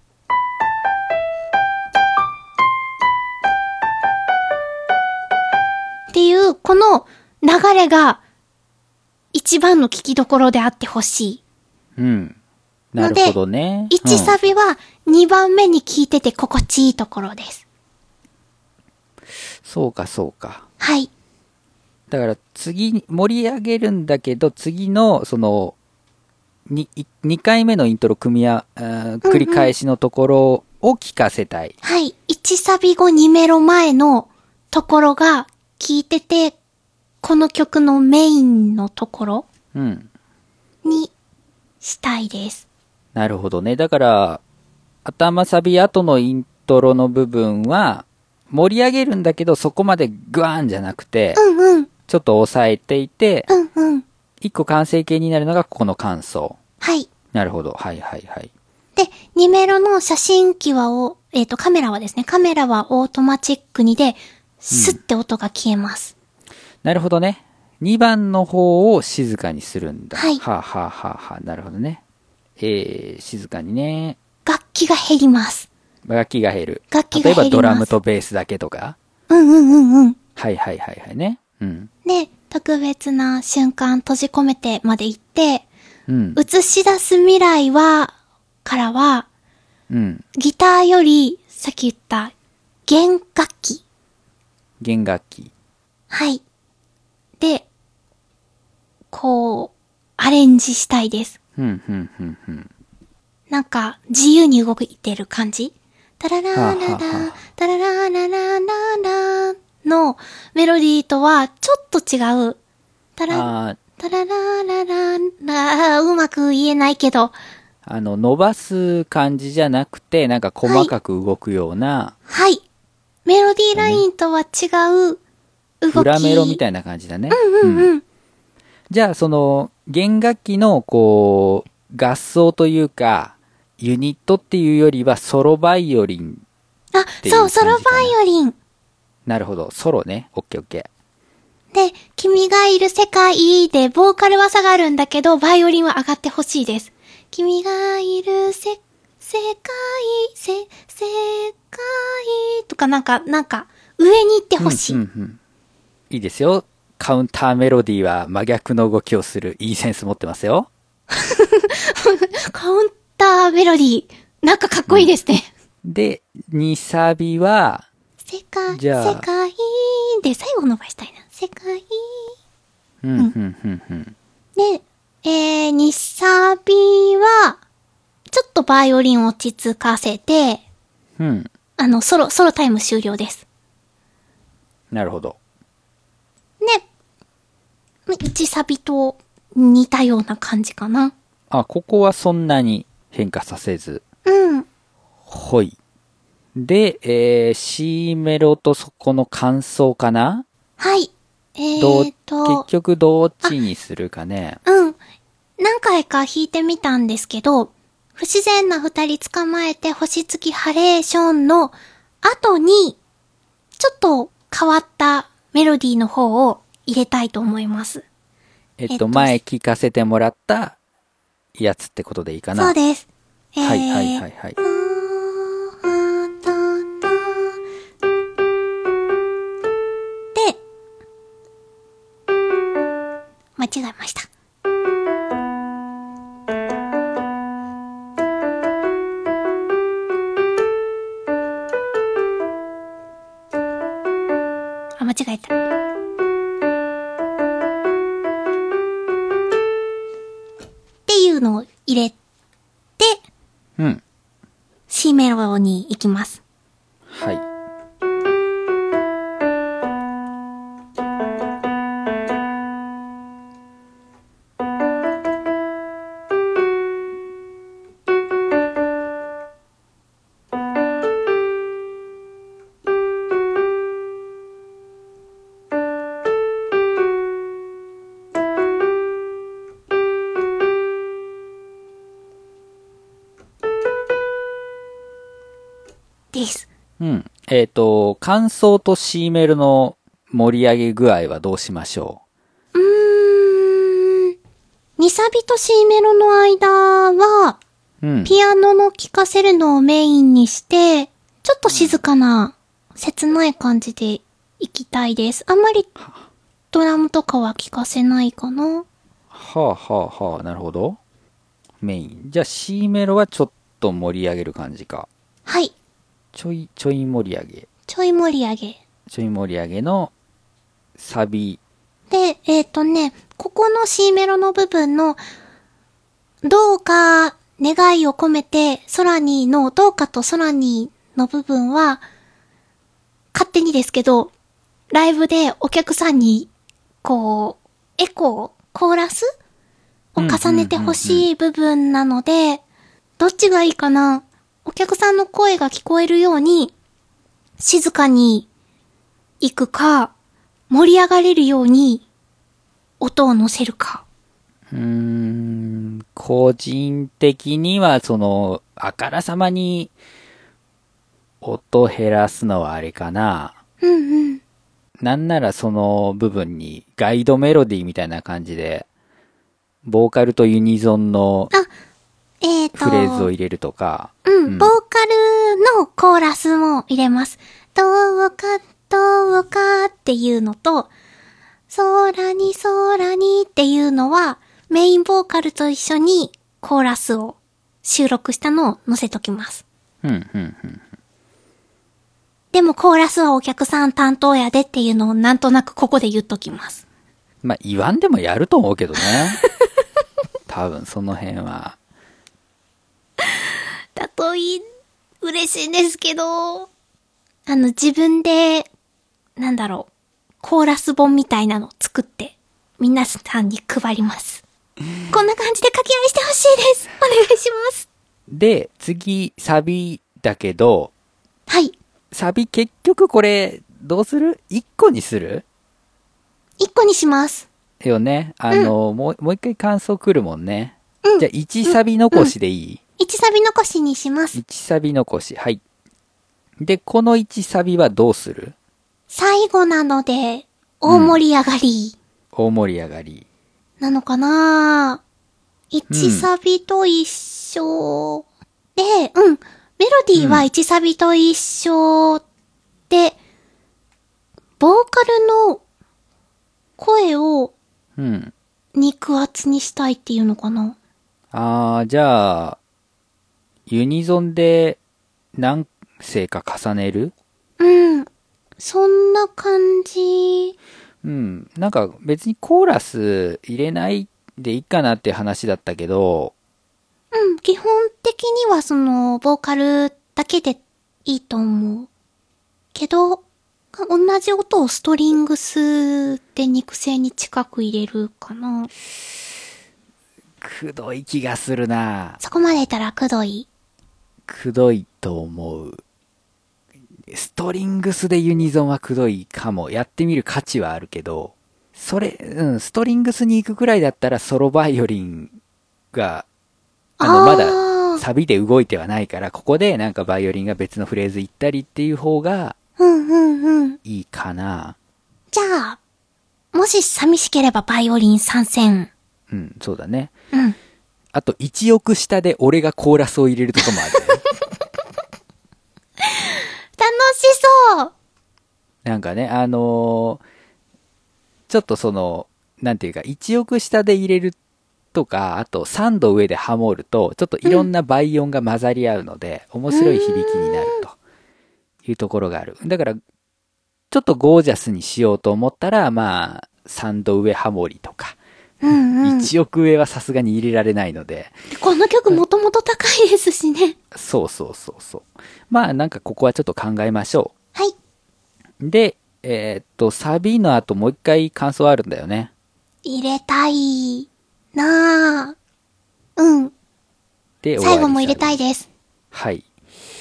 っていう、この流れが一番の聞きどころであってほしい。 うん。なるほどね。 いちサビはにばんめに聞いてて心地いいところです。 うん、そうか、そうか。 はい。 だから次に盛り上げるんだけど、次のその 2, にかいめのイントロ組み合繰り返しのところを聞かせたい。 はい。いちサビ後にメロ前のところが聞いてて、この曲のメインのところにしたいです。 なるほどね。だから、頭サビ後のイントロの部分は、盛り上げるんだけど、そこまでグワーンじゃなくて、 うんうん。 ちょっと抑えていて、 うんうん。 一個完成形になるのがここの感想。 はい。 なるほど。はいはいはい。 で、にメロの写真機はお、えっと、カメラはですね、カメラはオートマチックにで、スッて音が消えます。 うん、なるほどね。にばんの方を静かにするんだ。 はい。 はあ、はあはあはあ、なるほどね。えー、静かにね。 楽器が減ります。 楽器が減る。 楽器が減ります。 例えばドラムとベースだけとか。 うんうんうんうん。 はいはいはいはいね。うん。 で、特別な瞬間閉じ込めてまで行って、 うん。 映し出す未来は、からは、 うん。 ギターより、さっき言った、弦楽器。 弦楽器。 はい。で、こう、アレンジしたいです。 ふんふんふんふん。 なんか、自由に動いてる感じタララーララ、 はあはあ、 タララーララララのメロディーとはちょっと違う。タラ、タラララララ、うまく言えないけど。 あの、伸ばす感じじゃなくて、なんか細かく動くような。 はい。はい、メロディーラインとは違う動き。 裏メロみたいな感じだね。 うんうんうん。うん、 じゃあ、その、弦楽器の、こう、合奏というか、ユニットっていうよりはソロバイオリン。 あ、そう、ソロバイオリン。 なるほど。ソロね。オッケーオッケー。で、君がいる世界で、ボーカルは下がるんだけど、バイオリンは上がってほしいです。君がいるせ、世界、せ、世界とかなんか、なんか、上に行ってほしい、 うんうんうん。いいですよ。カウンターメロディーは真逆の動きをする。いいセンス持ってますよ。 カウンターメロディー。なんかかっこいいですね。 うん、で、にサビは、 世界、世界で最後伸ばしたいな。世界。 うん、うん、うん、うん。 で、えー、にサビは、ちょっとバイオリンを落ち着かせて、 うん。 あの、ソロ、ソロタイム終了です。 なるほど。 ね。いちサビと似たような感じかな。 あ、ここはそんなに変化させず。 うん。 ほい。で、えー、C メロとそこの感想かな？ はい。えーと。 結局どっちにするかね。 うん。何回か弾いてみたんですけど、不自然な二人捕まえて星月ハレーションの後に、ちょっと変わったメロディーの方を入れたいと思います。 えっと、えっと、前聞かせてもらったやつってことでいいかな？ そうです。 えー、はいはいはいはい。 で、間違えました。あ、間違えた。っていうのを入れて、 うん。 C メロに行きます。 はい。 です。 うん。えっと、感想と C メロの盛り上げ具合はどうしましょにサビと C メロの間は、 うん。 ピアノの聴かせるのをメインにして、ちょっと静かな、切ない感じでいきたいです。あんまりドラムとかは聴かせないかな。 はあはあはあ、なるほど。メイン。じゃあ C メロはちょっと盛り上げる感じか。 はい。 ちょい、ちょい盛り上げ。 ちょい盛り上げ。 ちょい盛り上げのサビ。 で、えっとね、ここの C メロの部分の、どうか願いを込めて空にの、どうかと空にの部分は、勝手にですけど、ライブでお客さんに、こう、エコー、コーラスを重ねてほしい部分なので、どっちがいいかな？お客さんの声が聞こえるように、静かに行くか、盛り上がれるように、音を乗せるか。 うーん、個人的にはその、あからさまに音減らすのはあれかな。 うんうん。 なんならその部分にガイドメロディーみたいな感じで、ボーカルとユニゾンのあ、えーと。 フレーズを入れるとか。 うん、 うんボーカルのコーラスも入れます。どうか、どうかっていうのと、空に空にっていうのは、メインボーカルと一緒にコーラスを収録したのを載せときます。 うん、うん、うん。 でもコーラスはお客さん担当やでっていうのをなんとなくここで言っときます。 まあ、言わんでもやると思うけどね。多分その辺は。 だといい、嬉しいんですけど、あの自分で、なんだろう、コーラス本みたいなの作って、皆さんに配ります。こんな感じで書き合いしてほしいです。お願いします。 で、次、サビだけど、 はい。 サビ結局これ、どうする？一個にする？ 一個にします。 よね。あの、うん、もう、もう一回感想来るもんね。 うん。 じゃあ、一サビ残しでいい？ 一サビ残しにします。 一サビ残し。はい。で、この一サビはどうする？ 最後なので、大盛り上がり。 うん、大盛り上がり。 なのかな？一サビと一緒、で、うん。メロディーは一サビと一緒で、ボーカルの声を肉厚にしたいっていうのかな。 あー、じゃあ、ユニゾンで何声か重ねる？ うん。そんな感じ。 うん。なんか別にコーラス入れないでいいかなっていう話だったけど、 うん、基本的にはその、ボーカルだけでいいと思う。けど、同じ音をストリングスで肉声に近く入れるかな。 くどい気がするな。 そこまで言ったらくどい。 くどいと思う。ストリングスでユニゾンはくどいかも。やってみる価値はあるけど、それ、うん、ストリングスに行くくらいだったらソロバイオリンが、あの、まだサビで動いてはないから、ここでなんかバイオリンが別のフレーズ行ったりっていう方が、 うんうんうん。 いいかな。 じゃあ、もし寂しければバイオリン参戦。 うん、そうだね。 うん。 あと、いちおく下で俺がコーラスを入れるとかもある、ね。 楽しそう。 なんかね、あのー、ちょっとその、なんていうか、いちおく下で入れるとか、あとさんど上でハモると、ちょっといろんな倍音が混ざり合うので、うん、面白い響きになるというところがある。だから、ちょっとゴージャスにしようと思ったら、まあ、さんど上ハモリとか、 うんうん、 いちおく上はさすがに入れられないので。 この曲もともと高いですしね。 そうそうそうそう。まあなんかここはちょっと考えましょう。はい。 で、えー、っと、サビの後もう一回感想あるんだよね。 入れたいなぁ。うん。 で、 最後も入れたいです。 はい。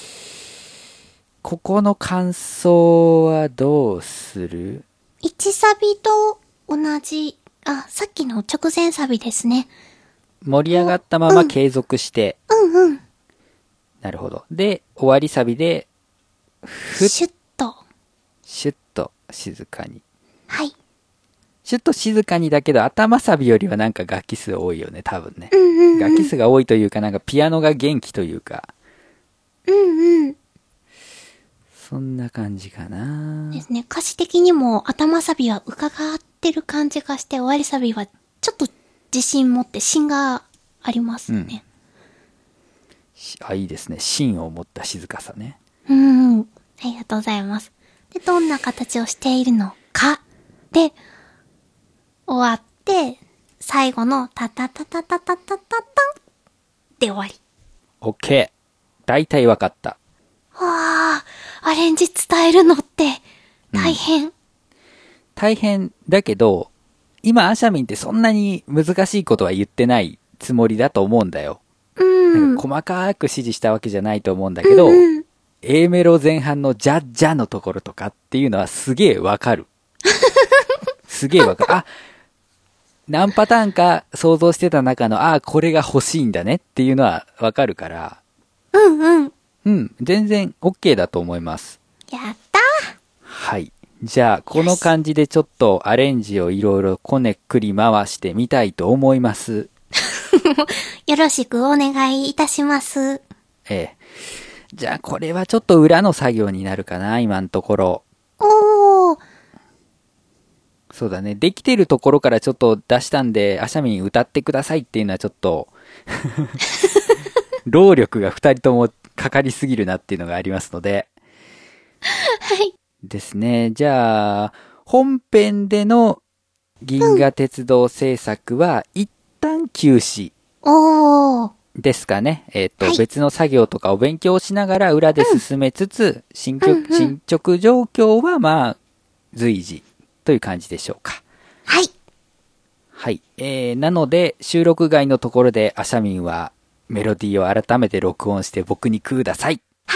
ここの感想はどうする？ いちサビと同じ、あ、さっきの直前サビですね。 盛り上がったまま継続して。 うん、うん、うん。 なるほど。で、終わりサビで、 ふっ。シュッと。 シュッと静かに。 はい。 ちょっと静かにだけど頭サビよりはなんか楽器数多いよね、多分ね。 うんうんうん。 楽器数が多いというかなんかピアノが元気というか。 うんうん。 そんな感じかな。 ですね。歌詞的にも頭サビは伺ってる感じがして、終わりサビはちょっと自信持って芯がありますね。 うん、あ、いいですね。芯を持った静かさね。 うん。ありがとうございます。で、どんな形をしているのか。で、終わって、最後のタタタタタタタタタンで終わり。 オッケー。大体わかった。 わあ、アレンジ伝えるのって大変、うん。 大変だけど、今アシャミンってそんなに難しいことは言ってないつもりだと思うんだよ。 うん。 なんか細かく指示したわけじゃないと思うんだけど、 うんうん、 A メロ前半のジャッジャのところとかっていうのはすげえわかる。すげえわかる。あ、何パターンか想像してた中の、あ、これが欲しいんだねっていうのはわかるから。 うんうん。 うん、全然 OK だと思います。 やったー。 はい。じゃあ、この感じでちょっとアレンジをいろいろこねっくり回してみたいと思います。 よろしくお願いいたします。 ええ。じゃあ、これはちょっと裏の作業になるかな、今のところ。 おー。 そうだね。できてるところからちょっと出したんで、アシャミン歌ってくださいっていうのはちょっと、労力が二人ともかかりすぎるなっていうのがありますので。 はい。 ですね。じゃあ、本編での銀河鉄道制作は一旦休止。 おー。 ですかね。えっ、ー、と、 はい、 別の作業とかを勉強しながら裏で進めつつ、うん、進捗、うんうん、進捗状況はまあ、随時という感じでしょうか。 はい。 はい。えー、なので、収録外のところでアシャミンはメロディーを改めて録音して僕にください。 は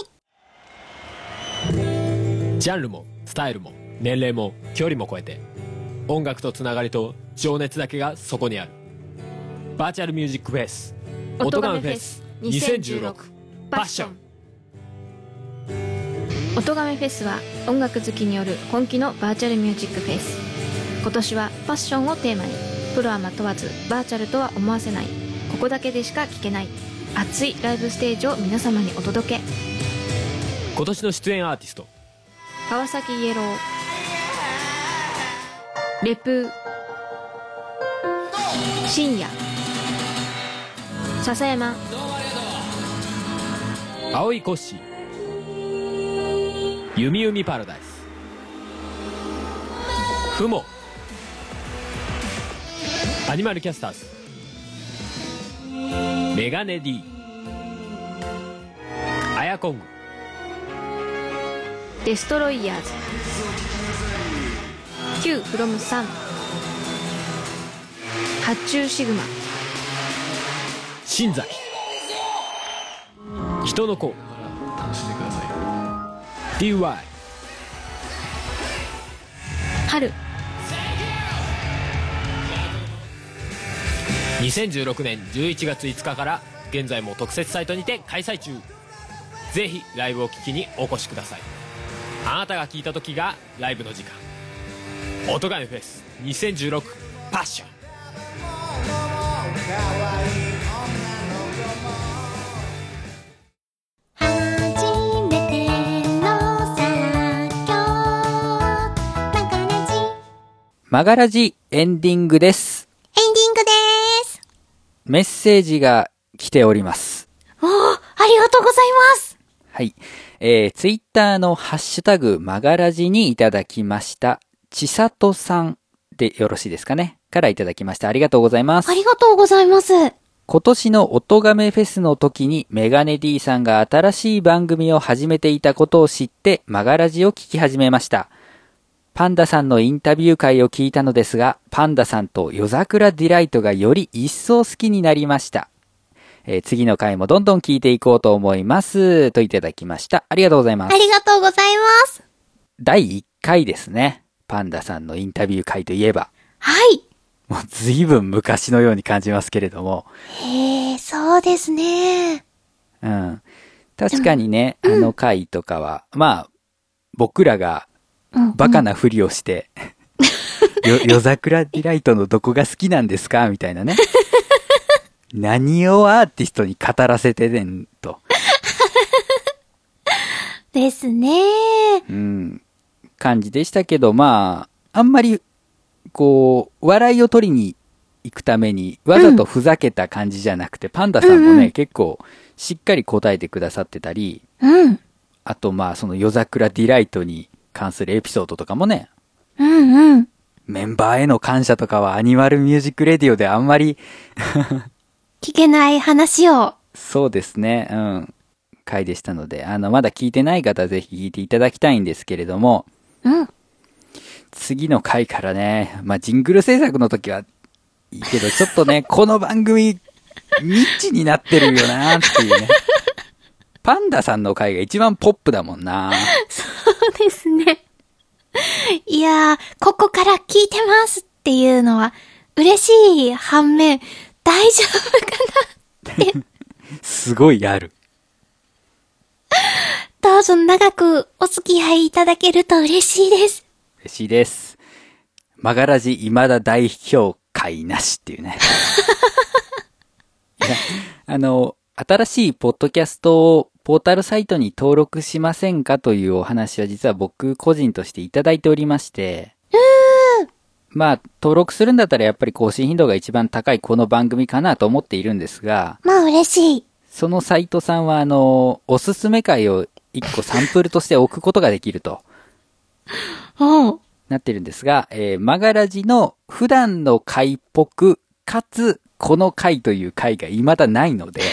ーい。ジャンルもスタイルも年齢も距離も超えて、音楽とつながりと情熱だけがそこにある。バーチャルミュージックフェス。音ガメフェスにせんじゅうろくパッション。 音ガメフェスは音楽好きによる本気のバーチャルミュージックフェス。今年はパッションをテーマに、プロアマ問わずバーチャルとは思わせない、ここだけでしか聴けない熱いライブステージを皆様にお届け。 今年の出演アーティスト、 川崎イエロー、レプー、深夜、笹山、 青いコッシー、ゆみゆみパラダイス、ふも、アニマルキャスターズ、メガネ D、 アヤコング、 デストロイヤーズ、 Q フロムサン、発注シグマ、 新崎、人の子、 ディーワイ、 春。 にせんじゅうろくねんじゅういちがついつかから現在も特設サイトにて開催中。ぜひライブを聴きにお越しください。あなたが聴いた時がライブの時間。音ガメフェスにせんじゅうろくパッション。 マガラジエンディングです。 エンディングでーす。 メッセージが来ております。 おー、ありがとうございます。 はい。えー、ツイッターのハッシュタグマガラジにいただきました。ちさとさんでよろしいですかね。からいただきました。ありがとうございます。 ありがとうございます。 今年の音ガメフェスの時にメガネ D さんが新しい番組を始めていたことを知ってマガラジを聞き始めました。パンダさんのインタビュー会を聞いたのですが、パンダさんと夜桜ディライトがより一層好きになりました。えー、次の回もどんどん聞いていこうと思います。といただきました。ありがとうございます。 ありがとうございます。 だいいっかいですね。パンダさんのインタビュー会といえば。 はい。 もう随分昔のように感じますけれども。 へえ、そうですね。 うん。確かにね、あの回とかは、うん、まあ、僕らが、バカなふりをして、 よ、夜桜ディライトのどこが好きなんですかみたいなね。何をアーティストに語らせてねんと。 ですね。 うん。感じでしたけど、まあ、あんまり、こう、笑いを取りに行くために、わざとふざけた感じじゃなくて、うん、パンダさんもね、うんうん、結構、しっかり答えてくださってたり、 うん。 あと、まあ、その夜桜ディライトに関するエピソードとかもね、 うんうん。 メンバーへの感謝とかはアニマルミュージックレディオであんまり聞けない話を。 そうですね、うん。回でしたので、あの、まだ聞いてない方はぜひ聞いていただきたいんですけれども、 うん。 次の回からね、まあ、ジングル制作の時はいいけど、ちょっとね、この番組、ニッチになってるよなっていうね。パンダさんの回が一番ポップだもんな。 そうですね。いやー、ここから聞いてますっていうのは嬉しい反面、大丈夫かなって。 すごいある。 どうぞ長くお付き合いいただけると嬉しいです。 嬉しいです。マガラジ未だ代表会なしっていうね。いや、あの、新しいポッドキャストをポータルサイトに登録しませんかというお話は実は僕個人としていただいておりまして。 うーん。 まあ、登録するんだったらやっぱり更新頻度が一番高いこの番組かなと思っているんですが。 まあ嬉しい。 そのサイトさんはあの、おすすめ回を一個サンプルとして置くことができると。 うん。 なってるんですが、えー、マガラジの普段の回っぽく、かつ、この回という回が未だないので、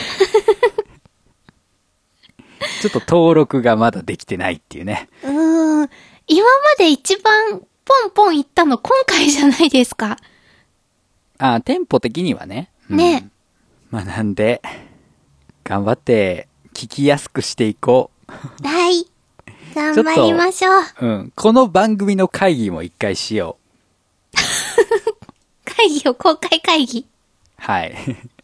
ちょっと登録がまだできてないっていうね。 うーん。今まで一番ポンポンいったの今回じゃないですか。 あ、テンポ的にはね。 うん、ね。 まあなんで、頑張って聞きやすくしていこう。 はい。頑張りましょう。 うん。この番組の会議も一回しよう。 会議を公開会議。 はい。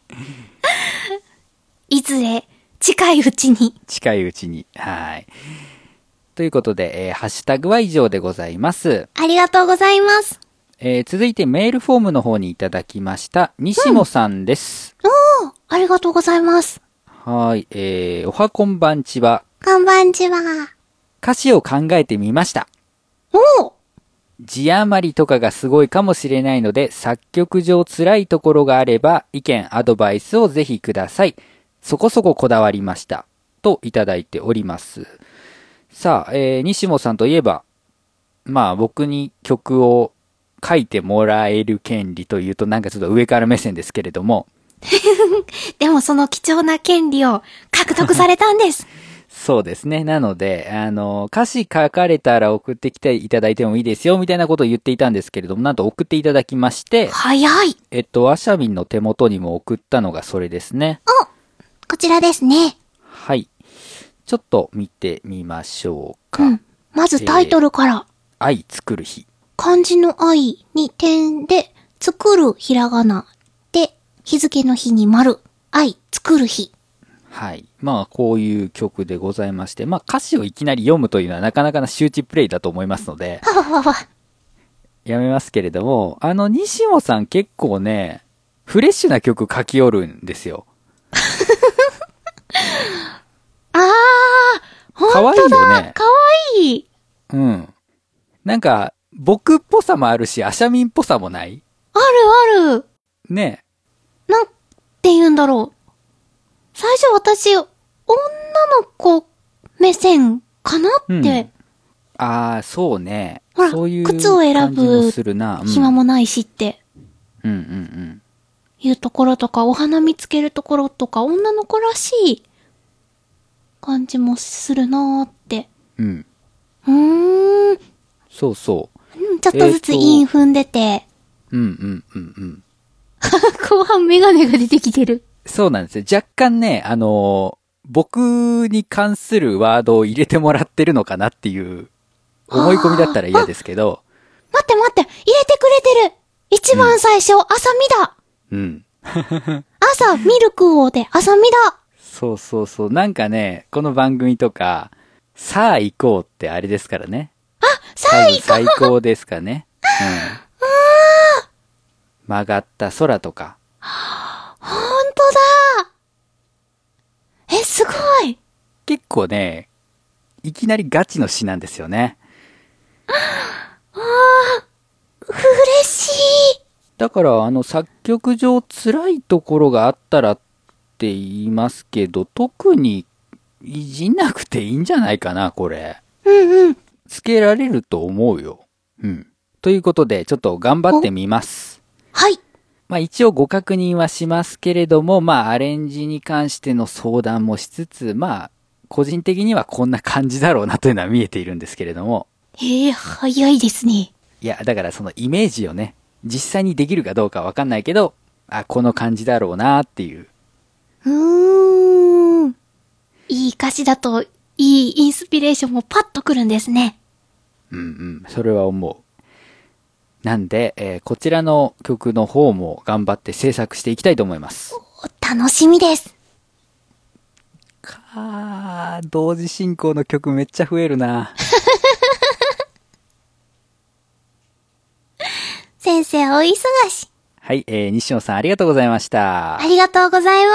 いずれ、近いうちに。 近いうちに。はい。ということで、えー、ハッシュタグは以上でございます。 ありがとうございます。 えー、続いてメールフォームの方にいただきました、西野さんです。 うん、おー、ありがとうございます。 はい。えー、おはこんばんちは。 こんばんちは。 歌詞を考えてみました。 おー。 字余りとかがすごいかもしれないので、作曲上辛いところがあれば、意見、アドバイスをぜひください。そこそここだわりました。といただいております。さあ、えー、西本さんといえば、まあ僕に曲を書いてもらえる権利というとなんかちょっと上から目線ですけれども。 でもその貴重な権利を獲得されたんです。 そうですね。なので、あの、歌詞書かれたら送ってきていただいてもいいですよ、みたいなことを言っていたんですけれども、なんと送っていただきまして。 早い。 えっと、アシャミンの手元にも送ったのがそれですね。 お、こちらですね。 はい。ちょっと見てみましょうか。 うん。まずタイトルから。 えー、愛作る日。 漢字の愛に点で、作るひらがなで、日付の日に丸。愛作る日。 はい。まあ、こういう曲でございまして、まあ、歌詞をいきなり読むというのはなかなかな周知プレイだと思いますので、 はははやめますけれども、あの、西野さん結構ね、フレッシュな曲書き寄るんですよ。 あー、ほんとだ。かわいいよね。かわいい。 うん。なんか、僕っぽさもあるし、アシャミンっぽさもない？ あるある。 ねえ。なんて言うんだろう。最初私、女の子目線かなって。うん、 ああ、そうね。 ほら、 そういう靴を選ぶ暇もないしって。 うんうんうん。 いうところとか、お花見つけるところとか、女の子らしい感じもするなーって。 うん。 うーん。 そうそう。 うん、ちょっとずつ韻踏んでて。 うんうんうんうん。 後半メガネが出てきてる。 そうなんですよ。若干ね、あのー、僕に関するワードを入れてもらってるのかなっていう思い込みだったら嫌ですけど。 待って待って、入れてくれてる。一番最初、うん、朝見だ。 うん。 朝、ミルクをで、朝見だ。 そうそうそう。なんかね、この番組とか、さあ行こうってあれですからね。 あ、さあ行こう。 最高ですかね。 うん。 曲がった空とか。 ほんとだ。え、すごい。 結構ね、いきなりガチの詩なんですよね。 ああ、嬉しい。 だからあの作曲上辛いところがあったらって言いますけど、特にいじんなくていいんじゃないかな、これ。 うんうん。 つけられると思うよ。うん。ということで、ちょっと頑張ってみます。 はい。 まあ一応ご確認はしますけれども、まあアレンジに関しての相談もしつつ、まあ個人的にはこんな感じだろうなというのは見えているんですけれども。 へえ、早いですね。 いや、だからそのイメージをね、実際にできるかどうかわかんないけど、あ、この感じだろうなっていう。 うーん。いい歌詞だと、いいインスピレーションもパッとくるんですね。 うんうん、それは思う。なんで、えーこちらの曲の方も頑張って制作していきたいと思います。 お楽しみです。 かー、同時進行の曲めっちゃ増えるな。 先生お忙し。 はい、えー、西野さんありがとうございましたあ。りがとうございます。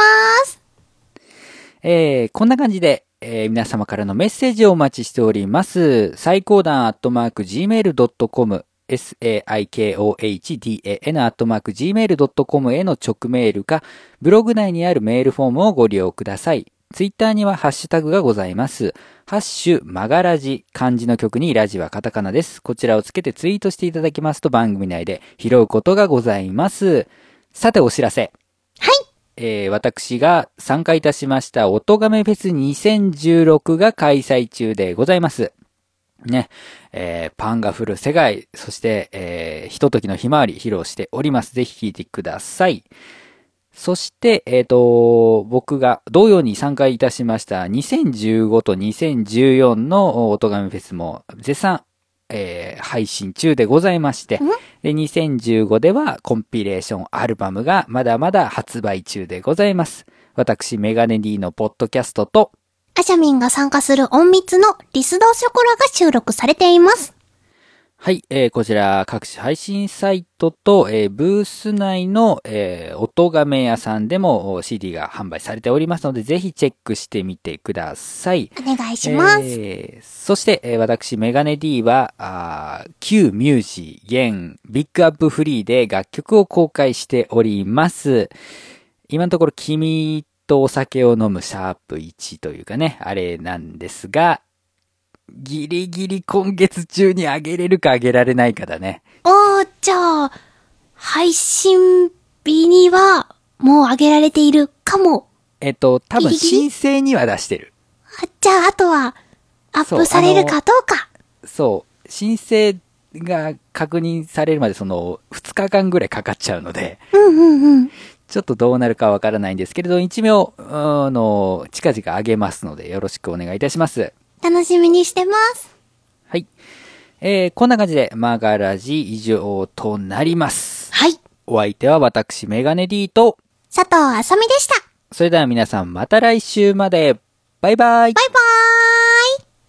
えー、こんな感じで、えー、皆様からのメッセージをお待ちしております。最高段アットマーク ジーメールドットコム、サイコーダン アットマーク ジーメールドットコム への直メールか、ブログ内にあるメールフォームをご利用ください。ツイッターにはハッシュタグがございます。ハッシュマガラジ、漢字の曲にラジはカタカナです。こちらをつけてツイートしていただきますと番組内で拾うことがございます。さてお知らせ。 はい。 えー、私が参加いたしました音亀フェスにせんじゅうろくが開催中でございます。ね、えー、パンが降る世界、そして、えー、ひとときのひまわり披露しております。ぜひ聴いてください。そして、えっと、僕が同様に参加いたしましたにせんじゅうごとにせんじゅうよんの音亀フェスも絶賛、えー、配信中でございまして、で、にせんじゅうごではコンピレーションアルバムがまだまだ発売中でございます。私、メガネ D のポッドキャストと、 アシャミンが参加する音密のリスドショコラが収録されています。 はい、えー、こちら各種配信サイトと、えー、ブース内の、えー、音亀屋さんでも シーディー が販売されておりますので、ぜひチェックしてみてください。 お願いします。 えー、そして、えー、私、メガネ D は、あー Q ミュージ現ビッグアップフリーで楽曲を公開しております。今のところ、君とお酒を飲むシャープいちというかね、あれなんですが、ギリギリ今月中に上げれるか上げられないかだね。 おー、じゃあ、配信日にはもう上げられているかも。 えっと、多分ギリギリ申請には出してる。 あじゃあ、あとは、アップされるかどうか。 そう、申請が確認されるまでそのふつかかんぐらいかかっちゃうので、 うんうんうん。 ちょっとどうなるかわからないんですけれど、一名、あの、近々上げますのでよろしくお願いいたします。 楽しみにしてます。 はい。えー、こんな感じでマガラジ以上となります。 はい。 お相手は私メガネ D と佐藤あさみでした。 それでは皆さんまた来週まで。バイバイ。 バイバイ。